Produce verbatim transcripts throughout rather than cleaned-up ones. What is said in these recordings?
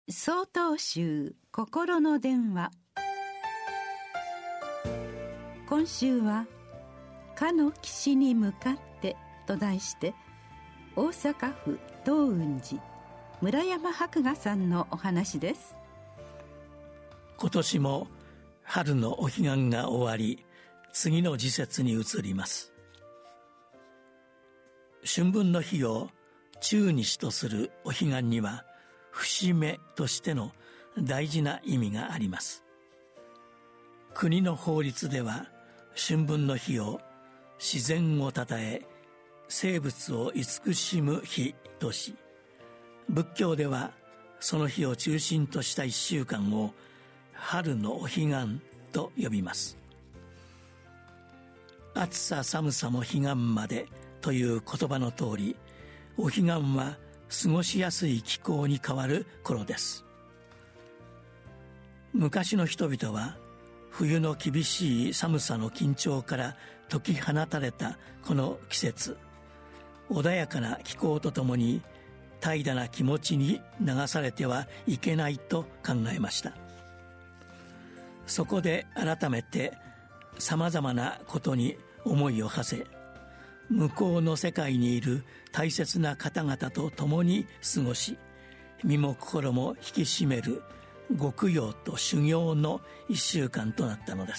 曹洞宗心の電話。今週はかの岸に向かってと題して、大阪府東雲寺村山博雅さんのお話です。 今年も春のお彼岸が終わり、次の時節に移ります。春分の日を中日とするお彼岸には、節目としての大事な意味があります。国の法律では、春分の日を自然をたたえ、生物を慈しむ日とし、仏教ではその日を中心とした一週間を春のお彼岸と呼びます。暑さ寒さも彼岸までという言葉の通り、お彼岸は過ごしやすい気候に変わる頃です。昔の人々は冬の厳しい寒さの緊張から解き放たれたこの季節、穏やかな気候とともに怠惰な気持ちに流されてはいけないと考えました。そこで改めてさまざまなことに思いを馳せ、向こうの世界にいる大切な方々と共に過ごし、身も心も引き締める極養と修行の一週間となったのです。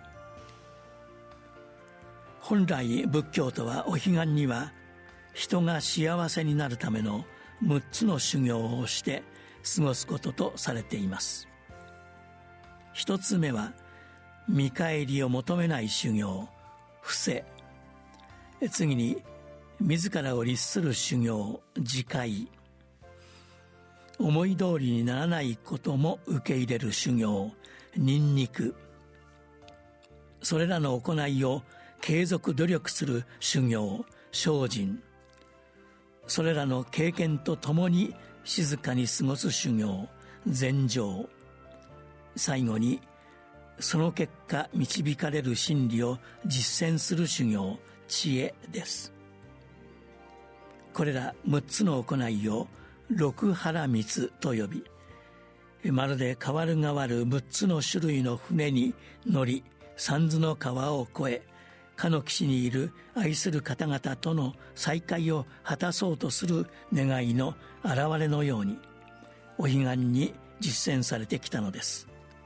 本来仏教とはお彼岸には人が幸せになるためのむっつの修行をして過ごすこととされています。一つ目は見返りを求めない修行、伏せ。次に自らを律する修行、自戒。思い通りにならないことも受け入れる修行、忍肉。それらの行いを継続努力する修行、精進。それらの経験とともに静かに過ごす修行、禅定。最後にその結果導かれる真理を実践する修行、知恵です。これらむっつの行いを六波羅蜜と呼び、まるで変わる変わるむっつの種類の船に乗り、三途の川を越え、かの岸にいる愛する方々との再会を果たそうとする願いの表れのように、お彼岸に実践されてきたのです。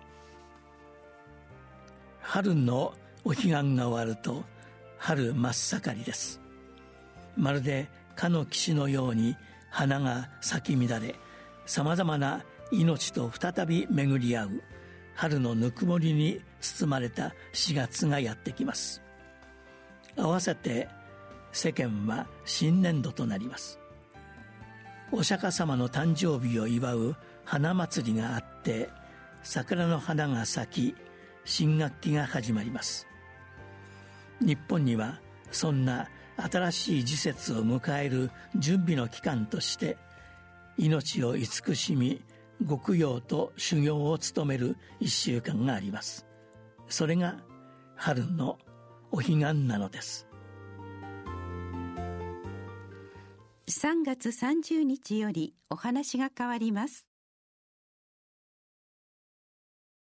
春のお彼岸が終わると春真っ盛りです。まるでかの岸のように花が咲き乱れ、さまざまな命と再び巡り合う春のぬくもりに包まれたしがつがやってきます。合わせて世間は新年度となります。お釈迦様の誕生日を祝う花祭りがあって、桜の花が咲き、新学期が始まります。日本にはそんな新しい時節を迎える準備の期間として、命を慈しみ極養と修行を務める一週間があります。それが春のお彼岸なのです。 さんがつさんじゅうにちよりお話が変わります。